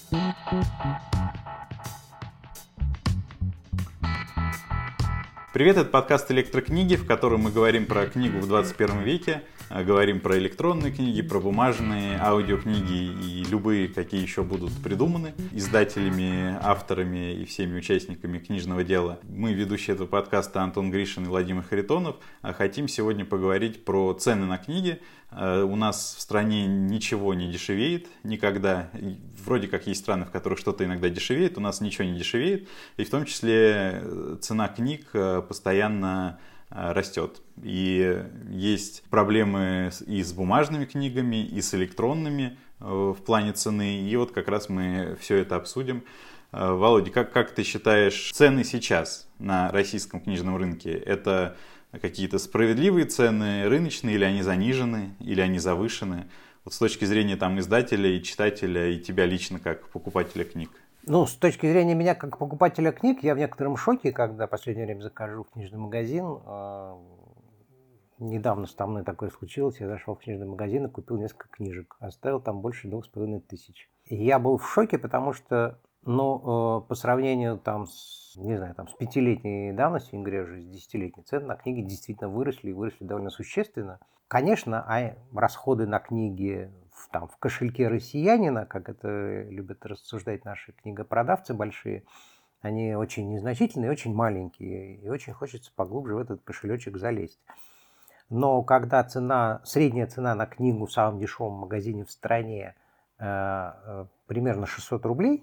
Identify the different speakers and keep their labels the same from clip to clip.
Speaker 1: Привет, это подкаст «Электрокниги», в котором мы говорим про книгу в 21 веке, говорим про электронные книги, про бумажные, аудиокниги и любые, какие еще будут придуманы издателями, авторами и всеми участниками книжного дела. Мы, ведущие этого подкаста Антон Гришин и Владимир Харитонов, хотим сегодня поговорить про цены на книги. У нас в стране ничего не дешевеет никогда. Вроде как есть страны, в которых что-то иногда дешевеет, у нас ничего не дешевеет. И в том числе цена книг постоянно растет. И есть проблемы и с бумажными книгами, и с электронными в плане цены. И вот как раз мы все это обсудим. Володя, как ты считаешь, цены сейчас на российском книжном рынке — это какие-то справедливые цены, рыночные, или они занижены, или они завышены? Вот с точки зрения там издателя и читателя, и тебя лично как покупателя книг.
Speaker 2: С точки зрения меня как покупателя книг, я в некотором шоке, когда в последнее время захожу в книжный магазин. Недавно со мной такое случилось. Я зашел в книжный магазин и купил несколько книжек. Оставил там больше 2500. И я был в шоке, потому что, по сравнению с 5-летней давностью, не говоря уже с 10-летней, цены на книги действительно выросли, и выросли довольно существенно. Конечно, расходы на книги в кошельке россиянина, как это любят рассуждать наши книгопродавцы большие, они очень незначительные, очень маленькие, и очень хочется поглубже в этот кошелечек залезть. Но когда средняя цена на книгу в самом дешевом магазине в стране примерно 600 рублей,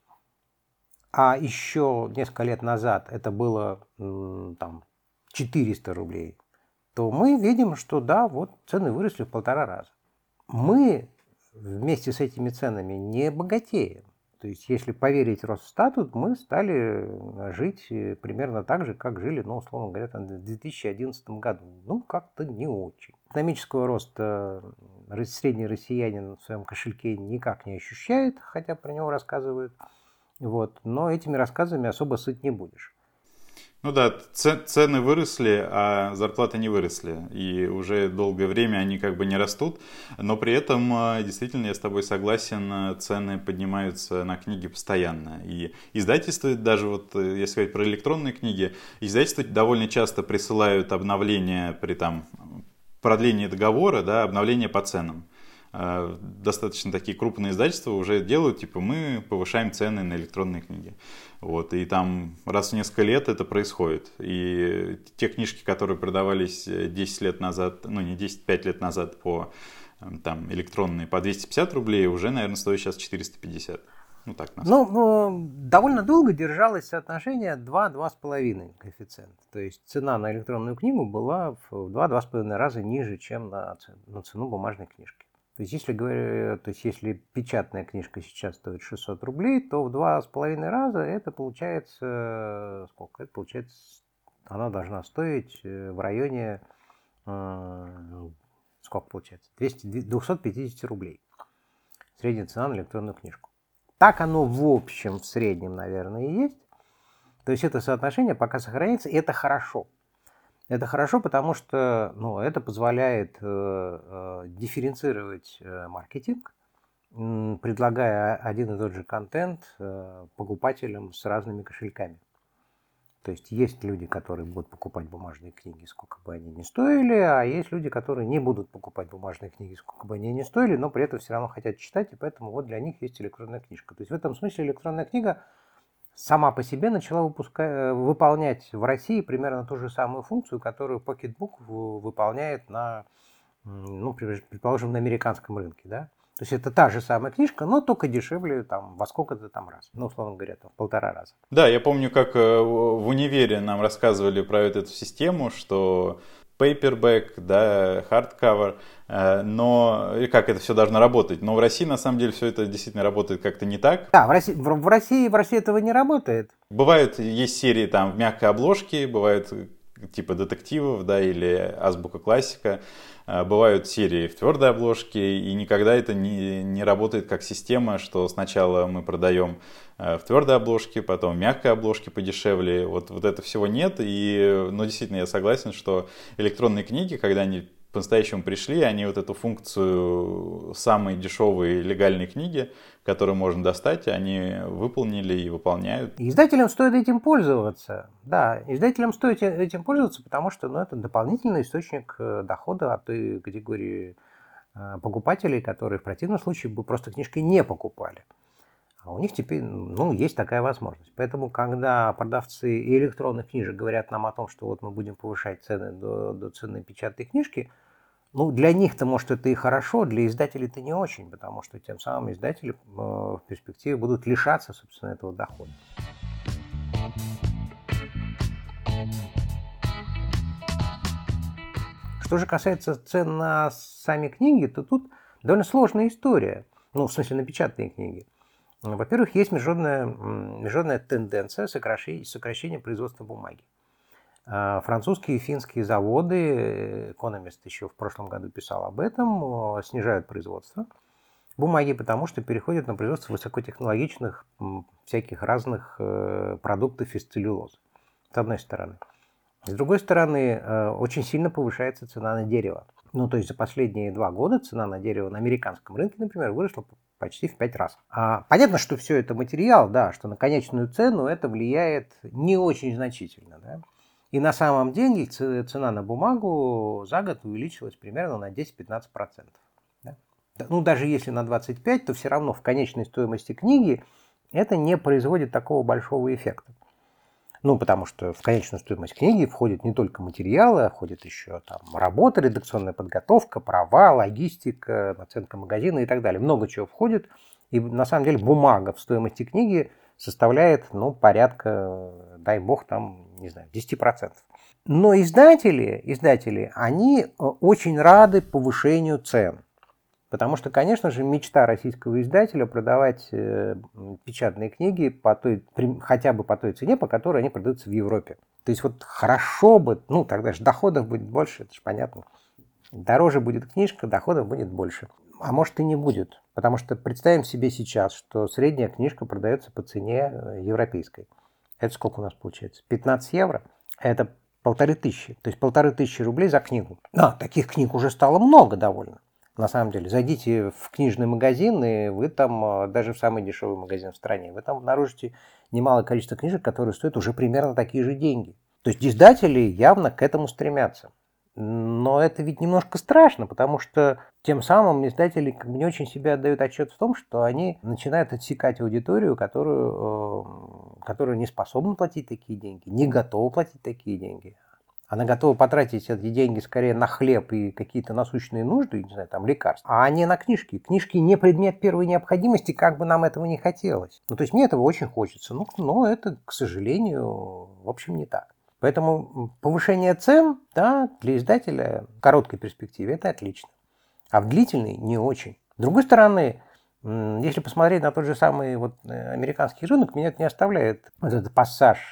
Speaker 2: а еще несколько лет назад это было 400 рублей, то мы видим, что цены выросли в 1,5 раза. Мы вместе с этими ценами не богатеем. То есть, если поверить Росстату, мы стали жить примерно так же, как жили, условно говоря, в 2011 году. Как-то не очень. Экономического роста средний россиянин в своем кошельке никак не ощущает, хотя про него рассказывают. Но этими рассказами особо сыт не будешь.
Speaker 1: Цены выросли, а зарплаты не выросли. И уже долгое время они не растут. Но при этом, действительно, я с тобой согласен, цены поднимаются на книги постоянно. И издательства, даже если говорить про электронные книги, издательства довольно часто присылают обновления при продлении договора, обновления по ценам. Достаточно такие крупные издательства уже делают, мы повышаем цены на электронные книги. И там раз в несколько лет это происходит. И те книжки, которые продавались 10 лет назад, не 10, 5 лет назад по электронные по 250 рублей, уже, наверное, стоят сейчас 450.
Speaker 2: Довольно долго держалось соотношение 2-2,5 коэффициент. То есть цена на электронную книгу была в 2-2,5 раза ниже, чем на цену бумажной книжки. То есть, если печатная книжка сейчас стоит 600 рублей, то в 2,5 раза это получается сколько? Это получается, она должна стоить в районе, сколько получается? 250 рублей. Средняя цена на электронную книжку. Так оно в общем, в среднем, наверное, и есть. То есть, это соотношение пока сохраняется, и это хорошо. Это хорошо, потому что это позволяет дифференцировать маркетинг, предлагая один и тот же контент покупателям с разными кошельками. То есть люди, которые будут покупать бумажные книги, сколько бы они ни стоили, а есть люди, которые не будут покупать бумажные книги, сколько бы они ни стоили, но при этом все равно хотят читать, и поэтому для них есть электронная книжка. То есть в этом смысле электронная книга сама по себе начала выполнять в России примерно ту же самую функцию, которую Pocketbook выполняет предположим, на американском рынке. Да? То есть это та же самая книжка, но только дешевле во сколько-то раз. Условно говоря, в 1,5 раза.
Speaker 1: Да, я помню, как в универе нам рассказывали про эту систему, что paperback, hardcover, но и как это все должно работать. Но в России, на самом деле, все это действительно работает как-то не так.
Speaker 2: Да, в России этого не работает.
Speaker 1: Есть серии в мягкой обложке, бывают типа детективов, или азбука классика. Бывают серии в твердой обложке, и никогда это не работает как система, что сначала мы продаем в твердой обложке, потом в мягкой обложке подешевле. Вот этого всего нет. Но действительно я согласен, что электронные книги, когда они по-настоящему пришли, они вот эту функцию самой дешевой легальной книги, которую можно достать, они выполнили и выполняют.
Speaker 2: Издателям стоит этим пользоваться. Да, издателям стоит этим пользоваться, потому что это дополнительный источник дохода от той категории покупателей, которые в противном случае бы просто книжки не покупали. А у них теперь есть такая возможность. Поэтому, когда продавцы электронных книжек говорят нам о том, что вот мы будем повышать цены до цены печатной книжки, для них-то, может, это и хорошо, для издателей-то не очень, потому что тем самым издатели в перспективе будут лишаться, собственно, этого дохода. Что же касается цен на сами книги, то тут довольно сложная история. В смысле, на печатные книги. Во-первых, есть международная тенденция сокращения производства бумаги. Французские и финские заводы, Economist еще в прошлом году писал об этом, снижают производство бумаги, потому что переходят на производство высокотехнологичных всяких разных продуктов из целлюлозы, с одной стороны. С другой стороны, очень сильно повышается цена на дерево. То есть за последние 2 года цена на дерево на американском рынке, например, выросла почти в 5 раз. Понятно, что все это материал, да, что на конечную цену это влияет не очень значительно. Да? И на самом деле цена на бумагу за год увеличилась примерно на 10-15%. Да? Даже если на 25%, то все равно в конечной стоимости книги это не производит такого большого эффекта. Потому что в конечную стоимость книги входят не только материалы, а входит еще работа, редакционная подготовка, права, логистика, наценка магазина и так далее. Много чего входит. И на самом деле бумага в стоимости книги составляет, порядка, дай бог, 10%. Но издатели, они очень рады повышению цен. Потому что, конечно же, мечта российского издателя продавать печатные книги хотя бы по той цене, по которой они продаются в Европе. То есть хорошо бы, тогда же доходов будет больше, это же понятно. Дороже будет книжка, доходов будет больше. А может и не будет. Потому что представим себе сейчас, что средняя книжка продается по цене европейской. Это сколько у нас получается? 15 евро. Это 1500. То есть 1500 рублей за книгу. Таких книг уже стало много довольно. На самом деле, зайдите в книжный магазин, и вы там, даже в самый дешевый магазин в стране, вы там обнаружите немалое количество книжек, которые стоят уже примерно такие же деньги. То есть издатели явно к этому стремятся. Но это ведь немножко страшно, потому что тем самым издатели не очень себе отдают отчет в том, что они начинают отсекать аудиторию, которая не способна платить такие деньги, не готова платить такие деньги. Она готова потратить эти деньги скорее на хлеб и какие-то насущные нужды, лекарства, а не на книжки. Книжки не предмет первой необходимости, как бы нам этого не хотелось. То есть мне этого очень хочется, но это, к сожалению, в общем, не так. Поэтому повышение цен, да, для издателя в короткой перспективе это отлично, а в длительной не очень. С другой стороны, если посмотреть на тот же самый американский рынок, меня это не оставляет этот пассаж.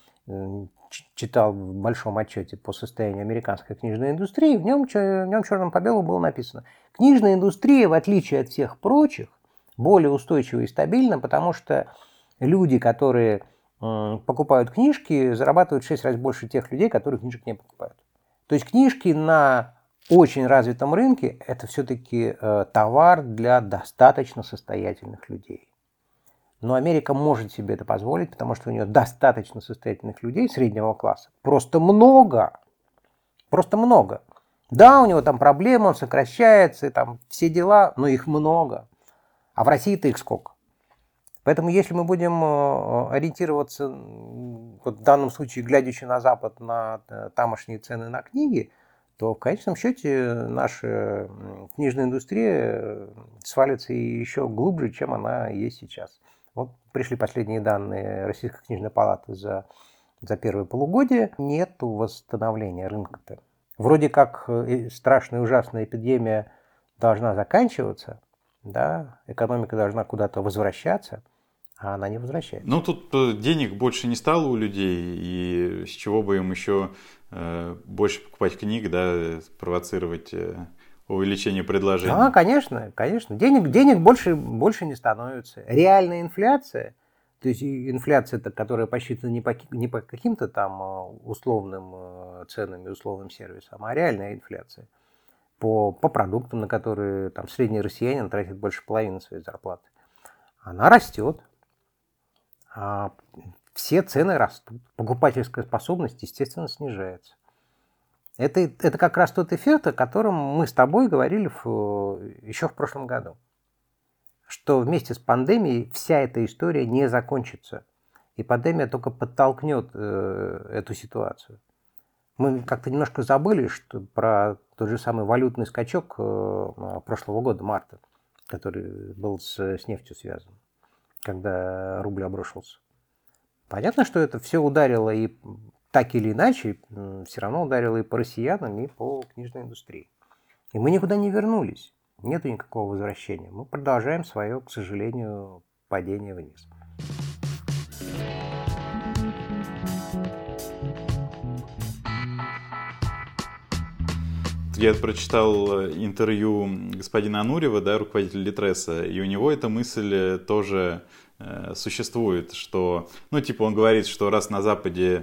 Speaker 2: Читал в большом отчете по состоянию американской книжной индустрии, в нем черным по белому было написано: книжная индустрия, в отличие от всех прочих, более устойчива и стабильна, потому что люди, которые покупают книжки, зарабатывают в 6 раз больше тех людей, которые книжек не покупают. То есть книжки на очень развитом рынке – это все-таки товар для достаточно состоятельных людей. Но Америка может себе это позволить, потому что у нее достаточно состоятельных людей среднего класса. Просто много. Просто много. Да, у него там проблемы, он сокращается, все дела, но их много. А в России-то их сколько? Поэтому если мы будем ориентироваться, в данном случае, глядячи на Запад, на тамошние цены на книги, то в конечном счете наша книжная индустрия свалится еще глубже, чем она есть сейчас. Пришли последние данные Российской книжной палаты за первое полугодие. Нет восстановления рынка-то. Вроде как страшная ужасная эпидемия должна заканчиваться, да, экономика должна куда-то возвращаться, а она не возвращается.
Speaker 1: Тут денег больше не стало у людей, и с чего бы им еще больше покупать книг, да, провоцировать увеличение предложения.
Speaker 2: Конечно. Денег больше не становится. Реальная инфляция, то есть инфляция, которая посчитана не по каким-то там условным ценам и условным сервисам, а реальная инфляция, по продуктам, на которые там средний россиянин тратит больше половины своей зарплаты. Она растет. А все цены растут. Покупательская способность, естественно, снижается. Это как раз тот эффект, о котором мы с тобой говорили еще в прошлом году. Что вместе с пандемией вся эта история не закончится. И пандемия только подтолкнет эту ситуацию. Мы как-то немножко забыли про тот же самый валютный скачок прошлого года, марта, который был с нефтью связан, когда рубль обрушился. Понятно, что это все ударило и так или иначе, все равно ударило и по россиянам, и по книжной индустрии. И мы никуда не вернулись. Нету никакого возвращения. Мы продолжаем свое, к сожалению, падение вниз.
Speaker 1: Я прочитал интервью господина Анурьева, да, руководителя Литреса, и у него эта мысль тоже существует, что, он говорит, что раз на Западе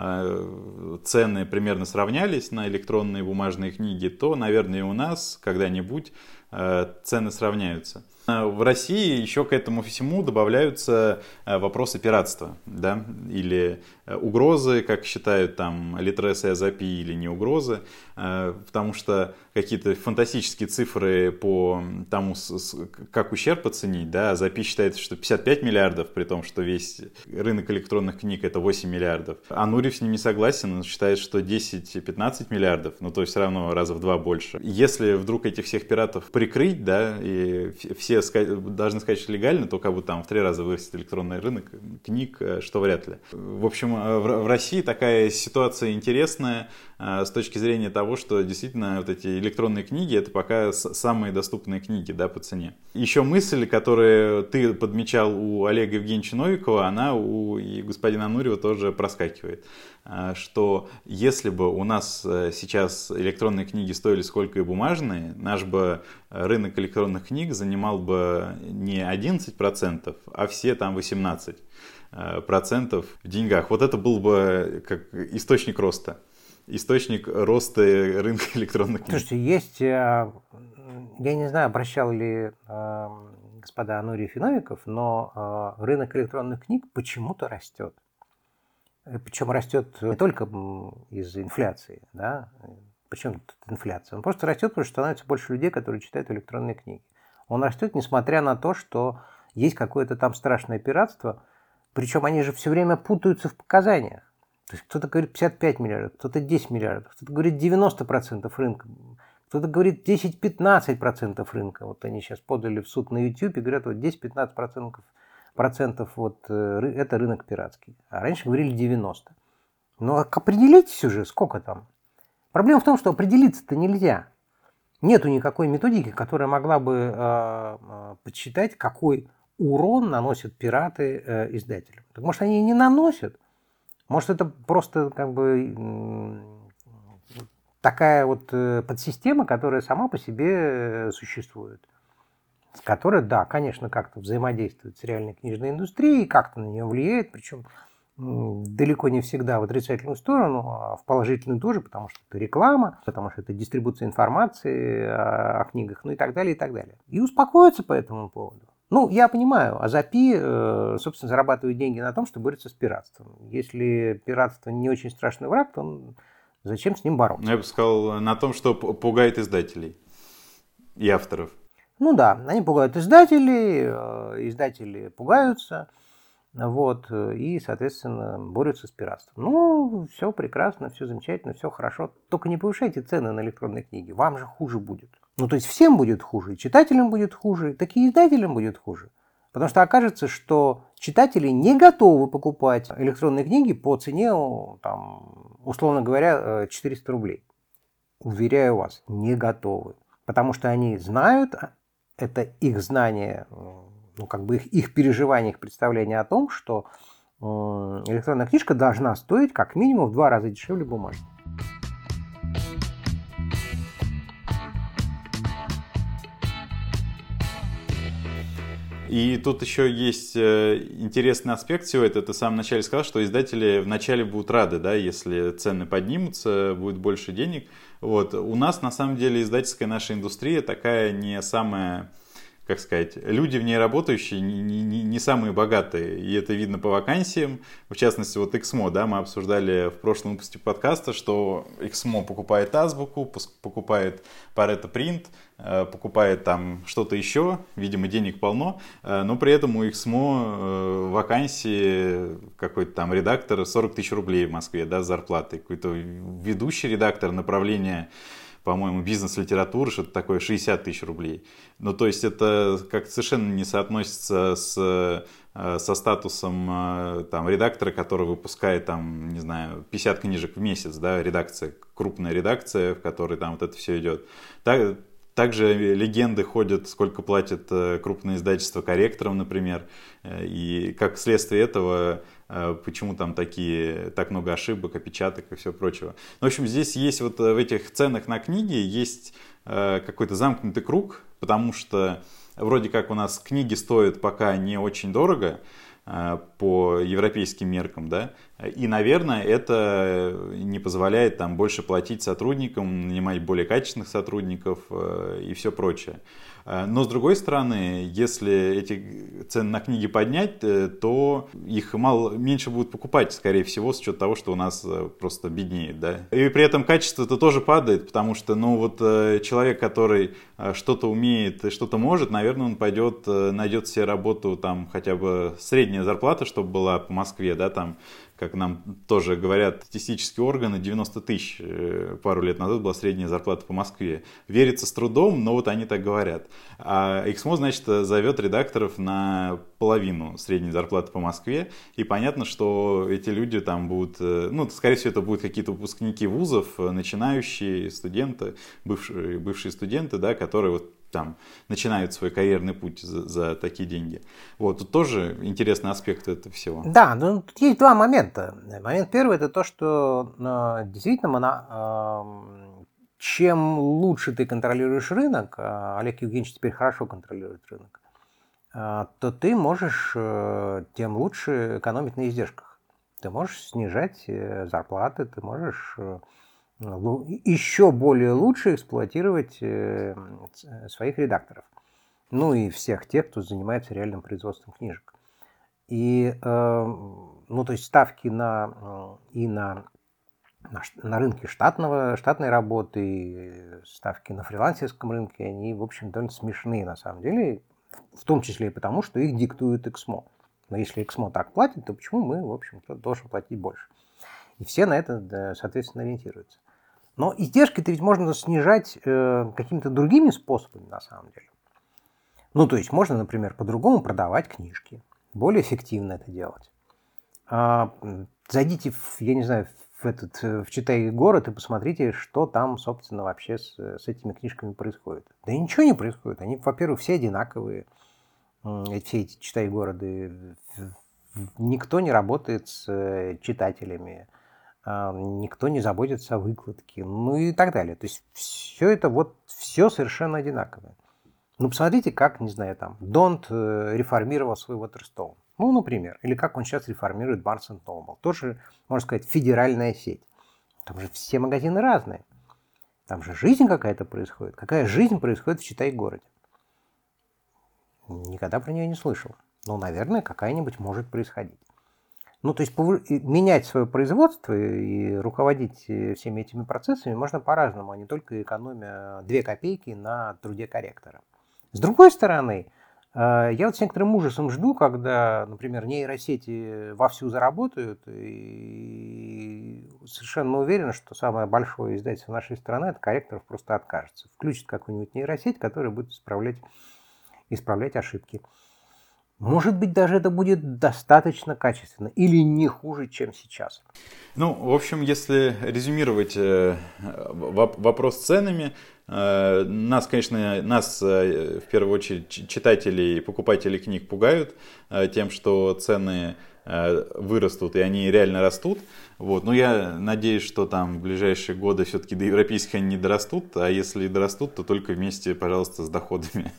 Speaker 1: цены примерно сравнялись на электронные бумажные книги, то, наверное, и у нас когда-нибудь цены сравняются. В России еще к этому всему добавляются вопросы пиратства, да, или угрозы, как считают там Литрес и Азапи, или не угрозы, потому что какие-то фантастические цифры по тому, как ущерб оценить, да, Азапи считает, что 55 миллиардов, при том, что весь рынок электронных книг это 8 миллиардов. Анурьев с ним не согласен, он считает, что 10-15 миллиардов, то есть все равно раза в 2 больше. Если вдруг этих всех пиратов прикрыть, да, и все должны сказать, что легально, то как бы там в 3 раза вырастет электронный рынок книг, что вряд ли. В общем, в России такая ситуация интересная с точки зрения того, что действительно вот эти электронные книги это пока самые доступные книги, да, по цене. Еще мысль, которую ты подмечал у Олега Евгеньевича Новикова, она у господина Анурьева тоже проскакивает. Что если бы у нас сейчас электронные книги стоили сколько и бумажные, наш бы рынок электронных книг занимал бы не 11%, а все там 18% в деньгах. Вот это был бы как источник роста. Источник роста рынка электронных книг.
Speaker 2: Слушайте, есть, я не знаю, обращал ли господа Анурьев и Новиков, но рынок электронных книг почему-то растет. Причем растет не только из-за инфляции, да. Почему тут инфляция? Он просто растет, потому что становится больше людей, которые читают электронные книги. Он растет, несмотря на то, что есть какое-то там страшное пиратство, причем они же все время путаются в показаниях. То есть кто-то говорит 55 миллиардов, кто-то 10 миллиардов, кто-то говорит 90% рынка, кто-то говорит 10-15% рынка. Вот они сейчас подали в суд на YouTube и говорят, вот 10-15% вот это рынок пиратский. А раньше говорили 90%. Ну, определитесь уже, сколько там. Проблема в том, что определиться-то нельзя. Нету никакой методики, которая могла бы подсчитать, какой урон наносят пираты издателям. Так может, они и не наносят? Может, это просто как бы такая вот подсистема, которая сама по себе существует. С которой, да, конечно, как-то взаимодействует с реальной книжной индустрией, как-то на нее влияет, причем далеко не всегда в отрицательную сторону, а в положительную тоже, потому что это реклама, потому что это дистрибуция информации о книгах, ну и так далее, и так далее. И успокоиться по этому поводу. Ну, я понимаю, Азапи, собственно, зарабатывает деньги на том, что борется с пиратством. Если пиратство не очень страшный враг, то зачем с ним бороться?
Speaker 1: Я бы сказал, на том, что пугает издателей и авторов.
Speaker 2: Ну да, они пугают издателей, издатели пугаются, вот, и, соответственно, борются с пиратством. Ну, все прекрасно, все замечательно, все хорошо. Только не повышайте цены на электронные книги, вам же хуже будет. Ну, то есть всем будет хуже, и читателям будет хуже, так и издателям будет хуже. Потому что окажется, что читатели не готовы покупать электронные книги по цене, там, условно говоря, 400 рублей. Уверяю вас, не готовы. Потому что они знают, это их знание, ну, как бы их переживание, их представление о том, что электронная книжка должна стоить как минимум в 2 раза дешевле бумажной.
Speaker 1: И тут еще есть интересный аспект всего этого. Ты в самом начале сказал, что издатели вначале будут рады, да, если цены поднимутся, будет больше денег. Вот. У нас, на самом деле, издательская наша индустрия такая не самая, как сказать, люди в ней работающие не самые богатые. И это видно по вакансиям. В частности, вот Эксмо, да, мы обсуждали в прошлом выпуске подкаста, что Эксмо покупает Азбуку, покупает Pareto Print, покупает там что-то еще, видимо, денег полно, но при этом у Эксмо вакансии какой-то там редактор 40 тысяч рублей в Москве, да, с зарплатой. Какой-то ведущий редактор направления, по-моему, бизнес-литературы, что-то такое, 60 тысяч рублей. Ну, то есть это как-то совершенно не соотносится со статусом там, редактора, который выпускает, там, не знаю, 50 книжек в месяц, да, редакция, крупная редакция, в которой там вот это все идет. Также легенды ходят, сколько платят крупные издательства корректорам, например, и как следствие этого, почему там так много ошибок, опечаток и все прочего. В общем, здесь есть вот в этих ценах на книги есть какой-то замкнутый круг, потому что вроде как у нас книги стоят пока не очень дорого по европейским меркам, да, и, наверное, это не позволяет там больше платить сотрудникам, нанимать более качественных сотрудников и все прочее. Но, с другой стороны, если эти цены на книги поднять, то их меньше будут покупать, скорее всего, с учетом того, что у нас просто беднеет, да. И при этом качество-то тоже падает, потому что, ну, вот человек, который что-то умеет и что-то может, наверное, он пойдет, найдет себе работу, там, хотя бы средняя зарплата, чтобы была по Москве, да, там, как нам тоже говорят статистические органы, 90 тысяч пару лет назад была средняя зарплата по Москве. Верится с трудом, но вот они так говорят. А Эксмо, значит, зовет редакторов на половину средней зарплаты по Москве. И понятно, что эти люди там будут, ну, скорее всего, это будут какие-то выпускники вузов, начинающие студенты, бывшие студенты, да, которые вот там начинают свой карьерный путь за такие деньги. Вот, тут тоже интересный аспект этого всего.
Speaker 2: Да, ну тут есть два момента. Момент первый – это то, что действительно чем лучше ты контролируешь рынок, Олег Евгеньевич теперь хорошо контролирует рынок, то ты можешь тем лучше экономить на издержках. Ты можешь снижать зарплаты, ты можешь еще более лучше эксплуатировать своих редакторов. Ну и всех тех, кто занимается реальным производством книжек. И, ну, то есть ставки на рынке штатной работы, и ставки на фрилансерском рынке, они, в общем, довольно смешные на самом деле, в том числе и потому, что их диктует Эксмо. Но если Эксмо так платит, то почему мы, в общем-то, должны платить больше? И все на это, соответственно, ориентируются. Но издержки-то ведь можно снижать какими-то другими способами, на самом деле. Ну, то есть можно, например, по-другому продавать книжки, более эффективно это делать. Зайдите, я не знаю, в Читай-город и посмотрите, что там, собственно, вообще с этими книжками происходит. Да ничего не происходит. Они, во-первых, все одинаковые, все эти Читай-городы. Никто не работает с читателями. Никто не заботится о выкладке, ну и так далее. То есть все это вот, все совершенно одинаковое. Ну, посмотрите, как, не знаю, там, Донт реформировал свой Waterstone. Ну, например. Или как он сейчас реформирует Barnes & Noble. Тоже, можно сказать, федеральная сеть. Там же все магазины разные. Там же жизнь какая-то происходит. Какая жизнь происходит в Читай-городе? Никогда про нее не слышал. Но, наверное, какая-нибудь может происходить. Ну, то есть менять свое производство и руководить всеми этими процессами можно по-разному, а не только экономя 2 копейки на труде корректора. С другой стороны, я вот с некоторым ужасом жду, когда, например, нейросети вовсю заработают, и совершенно уверен, что самое большое издательство нашей страны от корректоров просто откажется. Включит какую-нибудь нейросеть, которая будет исправлять ошибки. Может быть, даже это будет достаточно качественно или не хуже, чем сейчас.
Speaker 1: Ну, в общем, если резюмировать вопрос с ценами, нас, конечно, в первую очередь читатели и покупатели книг пугают тем, что цены вырастут, и они реально растут. Вот. Но я надеюсь, что там в ближайшие годы все-таки до европейских они не дорастут, а если и дорастут, то только вместе, пожалуйста, с доходами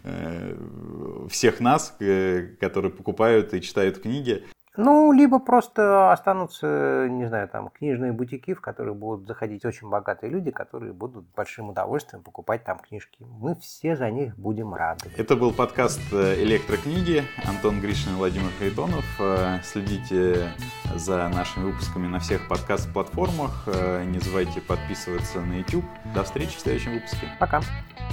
Speaker 1: всех нас, которые покупают и читают книги.
Speaker 2: Ну, либо просто останутся, не знаю, там книжные бутики, в которые будут заходить очень богатые люди, которые будут большим удовольствием покупать там книжки. Мы все за них будем рады.
Speaker 1: Это был подкаст «Электрокниги». Антон Гришин и Владимир Харитонов. Следите за нашими выпусками на всех подкаст-платформах. Не забывайте подписываться на YouTube. До встречи в следующем выпуске.
Speaker 2: Пока.